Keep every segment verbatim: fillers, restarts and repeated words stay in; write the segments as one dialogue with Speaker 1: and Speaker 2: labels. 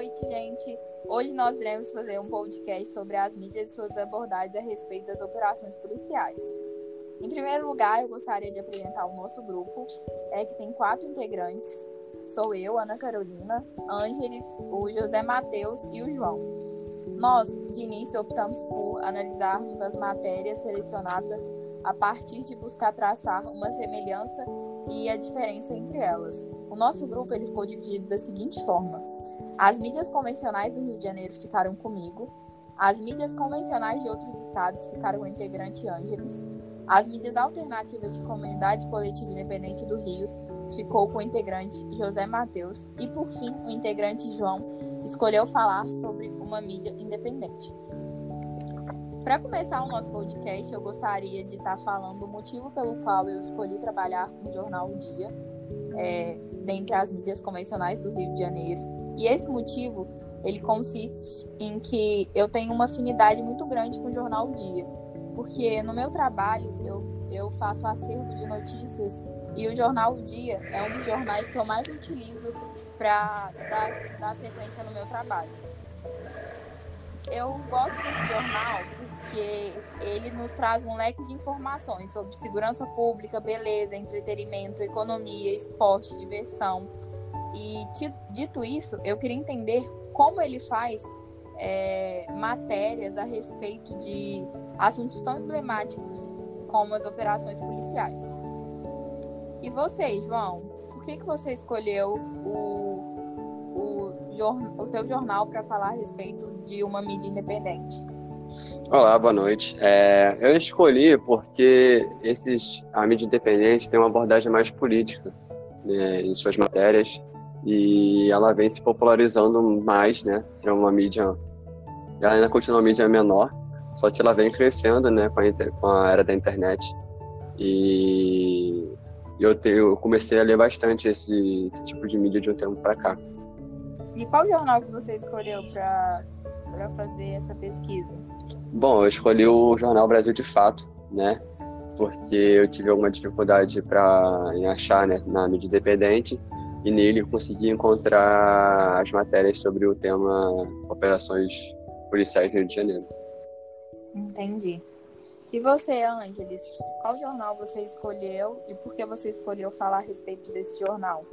Speaker 1: noite, gente. Hoje nós iremos fazer um podcast sobre as mídias e suas abordagens a respeito das operações policiais. Em primeiro lugar, eu gostaria de apresentar o nosso grupo, é, que tem quatro integrantes. Sou eu, Ana Carolina, Ângeles, o José Matheus e o João. Nós, de início, optamos por analisarmos as matérias selecionadas a partir de buscar traçar uma semelhança e a diferença entre elas. O nosso grupo ele ficou dividido da seguinte forma: as mídias convencionais do Rio de Janeiro ficaram comigo, as mídias convencionais de outros estados ficaram com o integrante Ângeles, as mídias alternativas de comunidade coletiva independente do Rio ficou com o integrante José Matheus e, por fim, o integrante João escolheu falar sobre uma mídia independente. Para começar o nosso podcast, eu gostaria de estar falando o motivo pelo qual eu escolhi trabalhar com o jornal O Dia, é, dentre as mídias convencionais do Rio de Janeiro. E esse motivo, ele consiste em que eu tenho uma afinidade muito grande com o jornal O Dia, porque no meu trabalho eu, eu faço acervo de notícias e o jornal O Dia é um dos jornais que eu mais utilizo para dar, dar sequência no meu trabalho. Eu gosto desse jornal porque ele nos traz um leque de informações sobre segurança pública, beleza, entretenimento, economia, esporte, diversão. E dito isso, eu queria entender como ele faz é, matérias a respeito de assuntos tão emblemáticos como as operações policiais. E você, João, por que, que você escolheu o, o, o seu jornal para falar a respeito de uma mídia independente?
Speaker 2: Olá, boa noite. É, eu escolhi porque esses, a mídia independente tem uma abordagem mais política, né, em suas matérias, e ela vem se popularizando mais, né? É uma mídia, ela ainda continua uma mídia menor, só que ela vem crescendo, né, com a, inter, com a era da internet. E eu, te, eu comecei a ler bastante esse, esse tipo de mídia de um tempo para cá.
Speaker 1: E qual jornal que você escolheu para para fazer essa pesquisa?
Speaker 2: Bom, eu escolhi o jornal Brasil de Fato, né? Porque eu tive alguma dificuldade para achar, né, na mídia independente, e nele eu consegui encontrar as matérias sobre o tema operações policiais no Rio de Janeiro.
Speaker 1: Entendi. E você, Ângeles, qual jornal você escolheu e por que você escolheu falar a respeito desse jornal?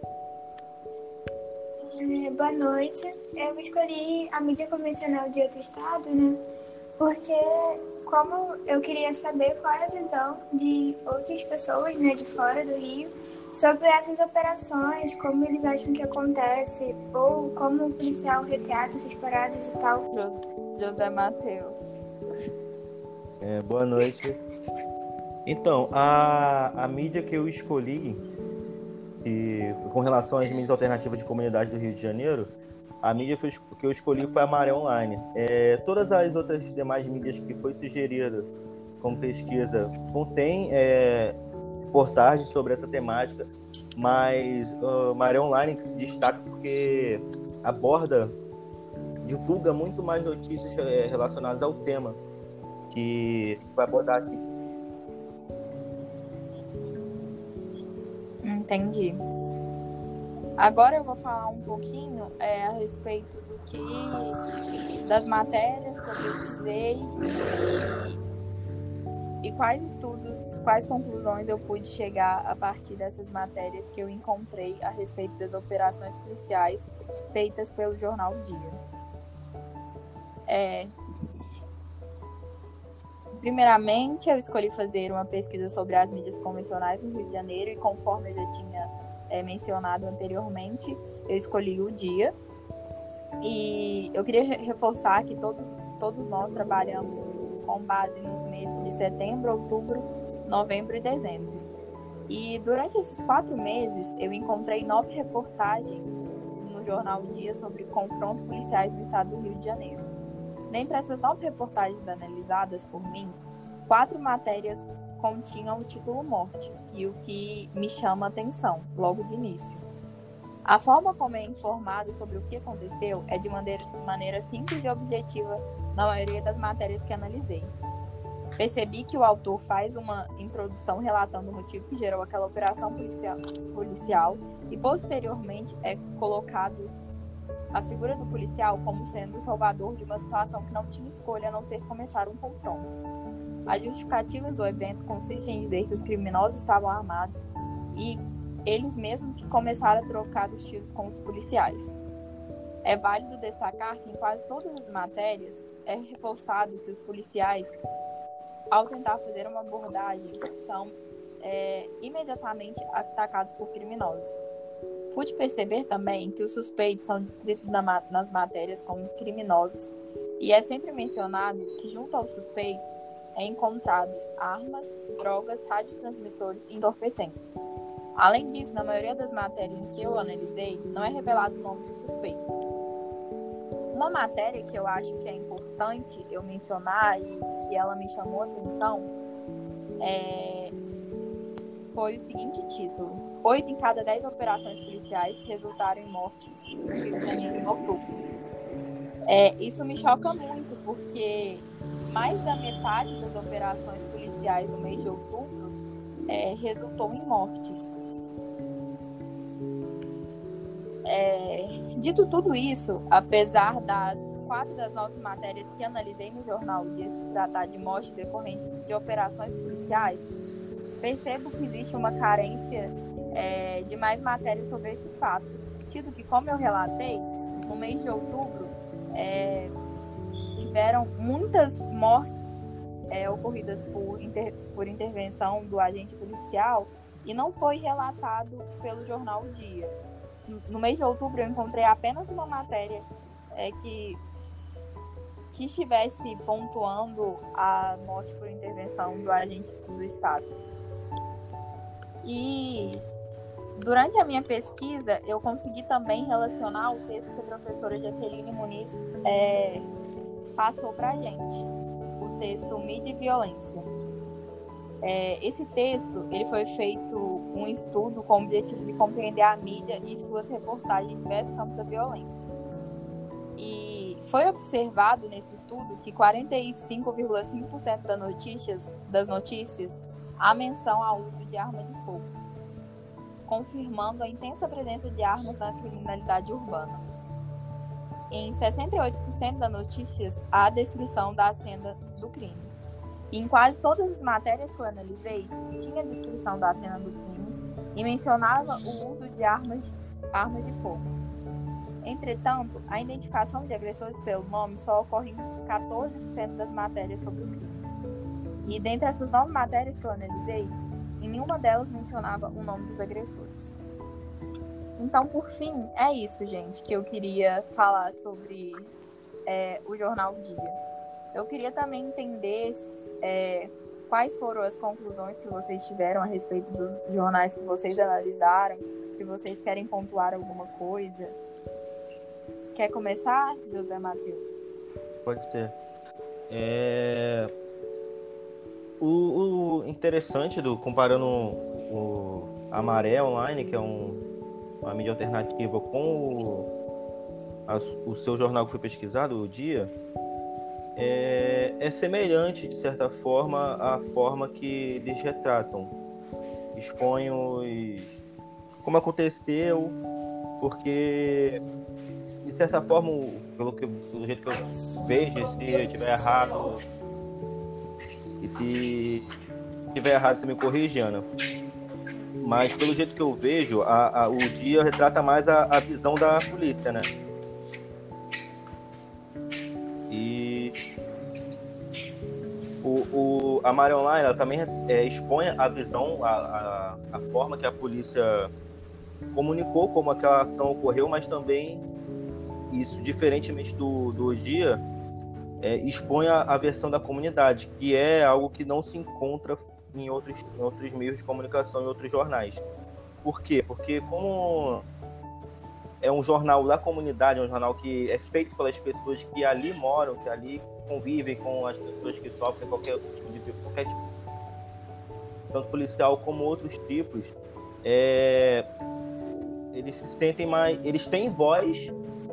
Speaker 3: Boa noite. Eu escolhi a mídia convencional de outro estado, né? Porque como eu queria saber qual é a visão de outras pessoas, né, de fora do Rio, sobre essas operações, como eles acham que acontece, ou como o policial retrata essas paradas e tal.
Speaker 1: José Matheus.
Speaker 4: É, boa noite. Então, a, a mídia que eu escolhi, e, com relação às mídias alternativas de comunidade do Rio de Janeiro, a mídia que eu escolhi foi a Maré Online. É, todas as outras demais mídias que foi sugerido como pesquisa contém é, postagens sobre essa temática, mas a Maré Online que se destaca porque aborda, divulga muito mais notícias é, relacionadas ao tema que vai abordar aqui.
Speaker 1: Entendi. Agora eu vou falar um pouquinho é, a respeito do que das matérias que eu pesquisei e, e quais estudos, quais conclusões eu pude chegar a partir dessas matérias que eu encontrei a respeito das operações policiais feitas pelo jornal O Dia. É, primeiramente, eu escolhi fazer uma pesquisa sobre as mídias convencionais no Rio de Janeiro e, conforme eu já tinha É, mencionado anteriormente, eu escolhi O Dia. E eu queria reforçar que todos, todos nós trabalhamos com base nos meses de setembro, outubro, novembro e dezembro. E durante esses quatro meses, eu encontrei nove reportagens no jornal O Dia sobre confrontos policiais no estado do Rio de Janeiro. Dentre essas nove reportagens analisadas por mim, quatro matérias continham o título Morte, e o que me chama a atenção, logo de início. A forma como é informado sobre o que aconteceu é de maneira, maneira simples e objetiva na maioria das matérias que analisei. Percebi que o autor faz uma introdução relatando o motivo que gerou aquela operação policial, policial e posteriormente é colocado a figura do policial como sendo o salvador de uma situação que não tinha escolha a não ser começar um confronto. As justificativas do evento consistem em dizer que os criminosos estavam armados e eles mesmos que começaram a trocar os tiros com os policiais. É válido destacar que em quase todas as matérias é reforçado que os policiais, ao tentar fazer uma abordagem, são é, imediatamente atacados por criminosos. Pude perceber também que os suspeitos são descritos na, nas matérias como criminosos e é sempre mencionado que junto aos suspeitos é encontrado armas, drogas, radiotransmissores e entorpecentes. Além disso, na maioria das matérias em que eu analisei, não é revelado o nome do suspeito. Uma matéria que eu acho que é importante eu mencionar e que ela me chamou a atenção é... foi o seguinte título: Oito em cada dez operações policiais resultaram em morte no Rio de Janeiro em outubro. É, isso me choca muito, porque mais da metade das operações policiais no mês de outubro é, resultou em mortes. É, dito tudo isso, apesar das quatro das nove matérias que analisei no jornal de se tratar de morte decorrente de operações policiais, percebo que existe uma carência é, de mais matérias sobre esse fato, tido que, como eu relatei, no mês de outubro é, tiveram muitas mortes é, ocorridas por, inter, por intervenção do agente policial e não foi relatado pelo jornal O Dia. No mês de outubro eu encontrei apenas uma matéria é, que, que estivesse pontuando a morte por intervenção do agente do Estado. E durante a minha pesquisa eu consegui também relacionar o texto que a professora Jaqueline Muniz é, passou para a gente, o texto Mídia e Violência. É, esse texto ele foi feito um estudo com o objetivo de compreender a mídia e suas reportagens em diversos campos da violência. E foi observado nesse estudo que quarenta e cinco vírgula cinco por cento das notícias, das notícias há menção ao uso de arma de fogo, confirmando a intensa presença de armas na criminalidade urbana. Em sessenta e oito por cento das notícias há a descrição da cena do crime. E em quase todas as matérias que eu analisei, tinha a descrição da cena do crime e mencionava o uso de armas, armas de fogo. Entretanto, a identificação de agressores pelo nome só ocorre em quatorze por cento das matérias sobre o crime. E dentre essas nove matérias que eu analisei, em nenhuma delas mencionava o nome dos agressores. Então, por fim, é isso, gente, que eu queria falar sobre é, o jornal Dia. Eu queria também entender é, quais foram as conclusões que vocês tiveram a respeito dos jornais que vocês analisaram, se vocês querem pontuar alguma coisa. Quer começar, José Matheus?
Speaker 4: Pode ser. É... O, o interessante, do comparando o, a Maré Online, que é um, uma mídia alternativa, com o, a, o seu jornal que foi pesquisado, o Dia, é, é semelhante, de certa forma, à forma que eles retratam. Expõem os, como aconteceu, porque, de certa forma, pelo, que, pelo jeito que eu vejo, se eu estiver errado, e se estiver errado, você me corrige, Ana. Mas, pelo jeito que eu vejo, a, a, o Dia retrata mais a, a visão da polícia, né? E o, o, a Maré Online, ela também é, expõe a visão, a, a, a forma que a polícia comunicou como aquela ação ocorreu, mas também isso, diferentemente do, do Dia, é, expõe a, a versão da comunidade, que é algo que não se encontra em outros, em outros meios de comunicação, em outros jornais. Por quê? Porque como é um jornal da comunidade, é um jornal que é feito pelas pessoas que ali moram, que ali convivem com as pessoas que sofrem qualquer tipo de qualquer tipo, tanto policial como outros tipos, é, eles se sentem mais, eles têm voz,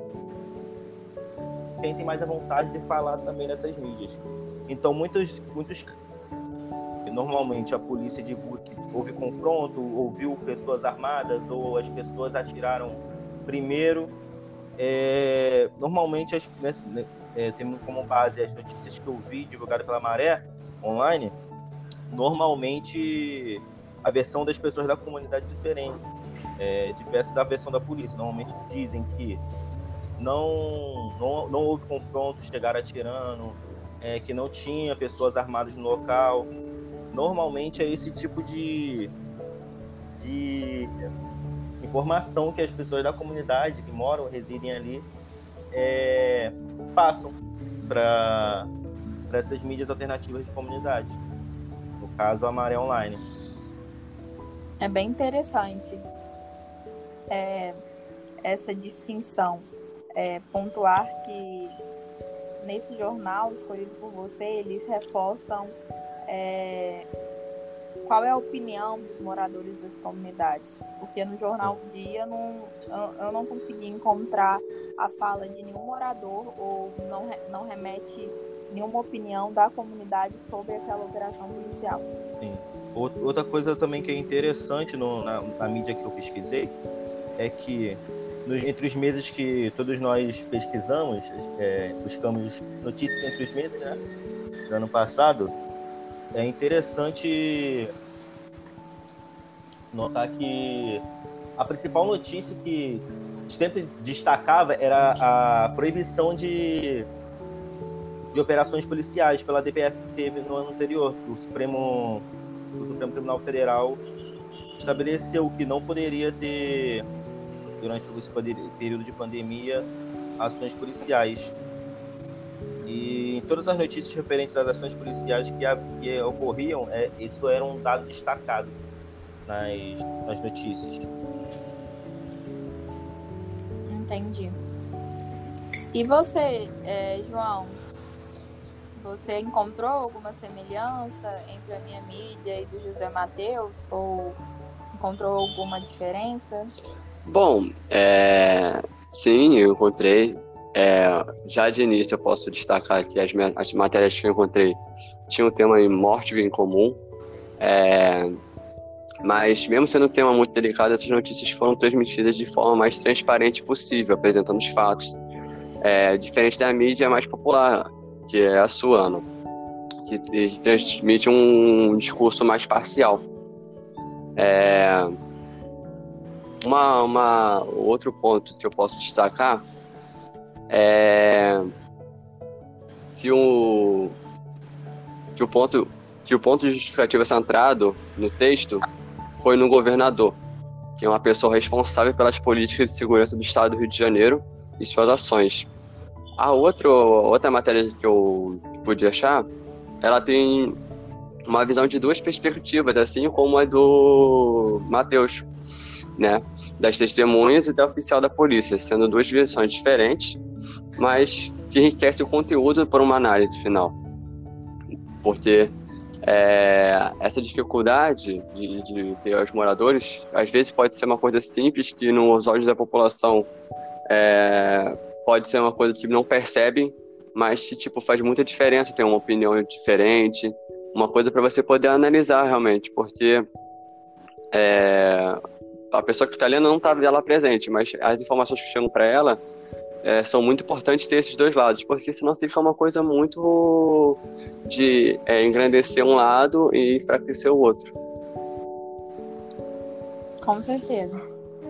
Speaker 4: sentem mais a vontade de falar também nessas mídias. Então muitos, muitos normalmente a polícia divulga que houve confronto, ou viu pessoas armadas, ou as pessoas atiraram primeiro, é, normalmente as, né, é, temos como base as notícias que eu vi divulgadas pela Maré online, normalmente a versão das pessoas da comunidade é diferente, é, diversa da versão da polícia. Normalmente dizem que não, não, não houve confronto, chegaram atirando, é, que não tinha pessoas armadas no local. Normalmente é esse tipo de, de informação que as pessoas da comunidade que moram, residem ali, é, passam para essas mídias alternativas de comunidade. No caso, a Maré Online.
Speaker 1: É bem interessante é, essa distinção. É, pontuar que nesse jornal escolhido por você, eles reforçam é, qual é a opinião dos moradores das comunidades. Porque no Jornal Dia não, eu não consegui encontrar a fala de nenhum morador ou não, não remete nenhuma opinião da comunidade sobre aquela operação policial.
Speaker 4: Sim. Outra coisa também que é interessante no, na, na mídia que eu pesquisei é que nos, entre os meses que todos nós pesquisamos, é, buscamos notícias entre os meses, né, do ano passado, é interessante notar que a principal notícia que sempre destacava era a proibição de, de operações policiais pela D P F que teve no ano anterior. O Supremo, o Supremo Tribunal Federal estabeleceu que não poderia ter, durante esse período de pandemia, ações policiais. E em todas as notícias referentes às ações policiais que, que ocorriam, é, isso era um dado destacado nas, nas notícias.
Speaker 1: Entendi. E você, é, João, você encontrou alguma semelhança entre a minha mídia e do José Matheus? Ou encontrou alguma diferença?
Speaker 2: Bom, é, sim, eu encontrei. É, já de início eu posso destacar que as, as matérias que eu encontrei tinham um tema em morte em comum, é, mas mesmo sendo um tema muito delicado, essas notícias foram transmitidas de forma mais transparente possível, apresentando os fatos, é, diferente da mídia mais popular, que é a Suano, que, que transmite um discurso mais parcial. É, uma, uma, outro ponto que eu posso destacar é que o, que o ponto que o ponto justificativo centrado no texto foi no governador, que é uma pessoa responsável pelas políticas de segurança do estado do Rio de Janeiro e suas ações. A outra, outra matéria que eu pude achar, ela tem uma visão de duas perspectivas, assim como a do Matheus, né? Das testemunhas e da oficial da polícia, sendo duas visões diferentes, mas que enriquece o conteúdo por uma análise final. Porque é, essa dificuldade de, de ter os moradores, às vezes pode ser uma coisa simples, que nos olhos da população é, pode ser uma coisa que não percebem, mas que tipo, faz muita diferença ter uma opinião diferente, uma coisa para você poder analisar realmente, porque é, a pessoa que está lendo não está lá presente, mas as informações que chegam para ela é, são muito importantes ter esses dois lados, porque senão fica uma coisa muito de é, engrandecer um lado e enfraquecer o outro.
Speaker 1: Com certeza.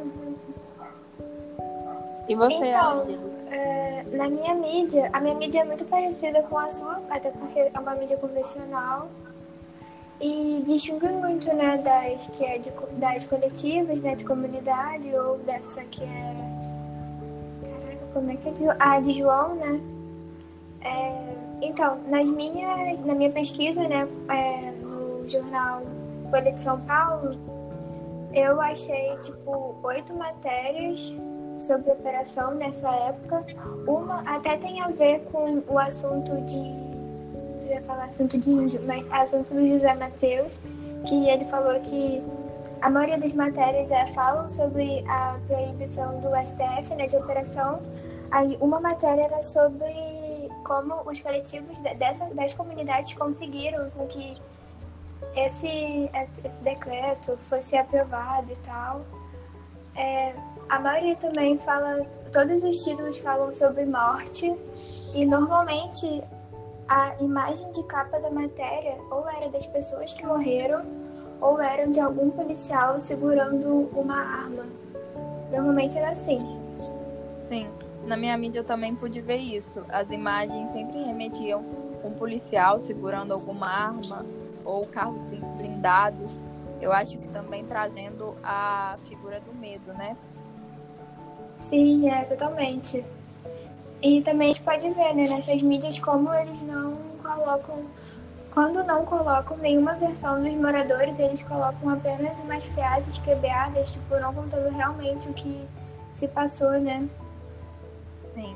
Speaker 1: E você,
Speaker 3: então,
Speaker 1: Ângeles?
Speaker 3: É, na minha mídia, a minha mídia é muito parecida com a sua, até porque é uma mídia convencional. E distingue muito, né, das, que é de, das coletivas, né, de comunidade, ou dessa que é... Caraca, como é que é? De, ah, de João, né? É, então, nas minhas, na minha pesquisa, né, é, no jornal Folha de São Paulo, eu achei, tipo, oito matérias sobre operação nessa época. Uma até tem a ver com o assunto de... Eu ia falar assunto de índio, mas assunto do José Matheus, que ele falou que a maioria das matérias é, falam sobre a proibição do S T F, né, de operação. Aí uma matéria era sobre como os coletivos dessa, das comunidades conseguiram com que esse, esse decreto fosse aprovado e tal. É, a maioria também fala, todos os títulos falam sobre morte e normalmente a imagem de capa da matéria ou era das pessoas que morreram ou eram de algum policial segurando uma arma. Normalmente era assim.
Speaker 1: Sim, na minha mídia eu também pude ver isso. As imagens sempre remetiam um policial segurando alguma arma ou carros blindados. Eu acho que também trazendo a figura do medo, né?
Speaker 3: Sim, é, totalmente. E também a gente pode ver, né, nessas mídias como eles não colocam, quando não colocam nenhuma versão dos moradores, eles colocam apenas umas frases quebradas, tipo, não contando realmente o que se passou, né?
Speaker 1: Sim.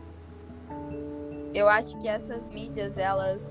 Speaker 1: Eu acho que essas mídias, elas,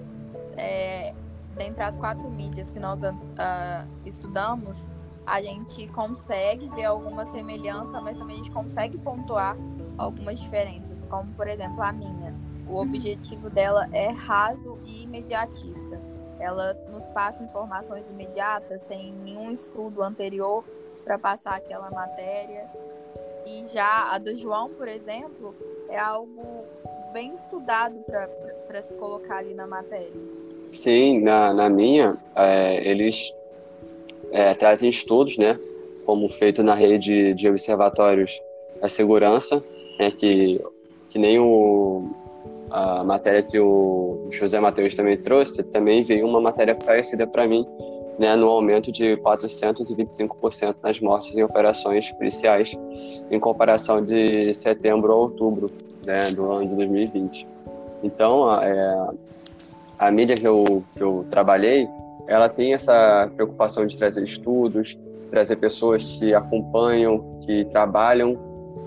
Speaker 1: é, dentre as quatro mídias que nós uh, estudamos, a gente consegue ver alguma semelhança, mas também a gente consegue pontuar algumas diferenças, como, por exemplo, a minha. O objetivo dela é raso e imediatista. Ela nos passa informações imediatas, sem nenhum estudo anterior para passar aquela matéria. E já a do João, por exemplo, é algo bem estudado para se colocar ali na matéria.
Speaker 2: Sim, na, na minha, é, eles é, trazem estudos, né, como feito na rede de observatórios da segurança, né, que, que nem o, a matéria que o José Matheus também trouxe, também veio uma matéria parecida para mim, né, no aumento de quatrocentos e vinte e cinco por cento nas mortes em operações policiais, em comparação de setembro a outubro, né, do ano de dois mil e vinte. Então, é, a mídia que eu, que eu trabalhei, ela tem essa preocupação de trazer estudos, trazer pessoas que acompanham, que trabalham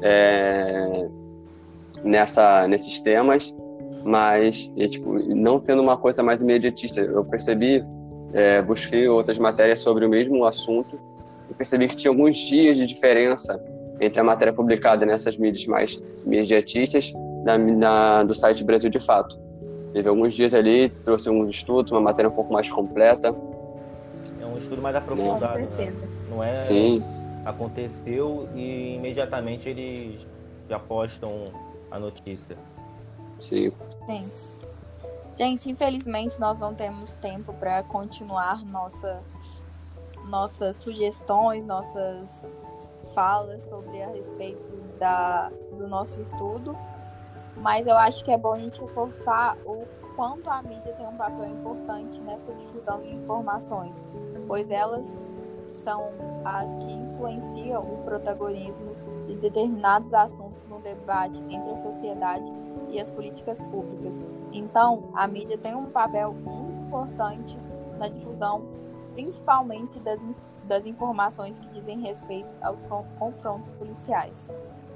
Speaker 2: é, nessa, nesses temas, mas e, tipo, não tendo uma coisa mais imediatista. Eu percebi, é, busquei outras matérias sobre o mesmo assunto e percebi que tinha alguns dias de diferença entre a matéria publicada nessas mídias mais imediatistas na, na, do site Brasil de Fato. Teve alguns dias ali, trouxe uns estudos, uma matéria um pouco mais completa.
Speaker 4: É um estudo mais aprofundado,
Speaker 1: Com certeza.
Speaker 4: né? Não é
Speaker 2: Sim.
Speaker 4: Aconteceu e imediatamente eles já postam a notícia.
Speaker 2: Sim.
Speaker 1: Sim. Gente, infelizmente nós não temos tempo para continuar nossa, nossas sugestões, nossas falas sobre a respeito da, do nosso estudo. Mas eu acho que é bom a gente reforçar o quanto a mídia tem um papel importante nessa difusão de informações, pois elas são as que influenciam o protagonismo de determinados assuntos no debate entre a sociedade e as políticas públicas. Então, a mídia tem um papel muito importante na difusão, principalmente das, das informações que dizem respeito aos confrontos policiais.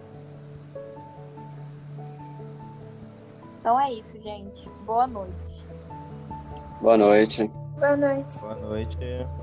Speaker 1: Então é isso, gente. Boa noite.
Speaker 2: Boa noite.
Speaker 3: Boa noite.
Speaker 4: Boa noite.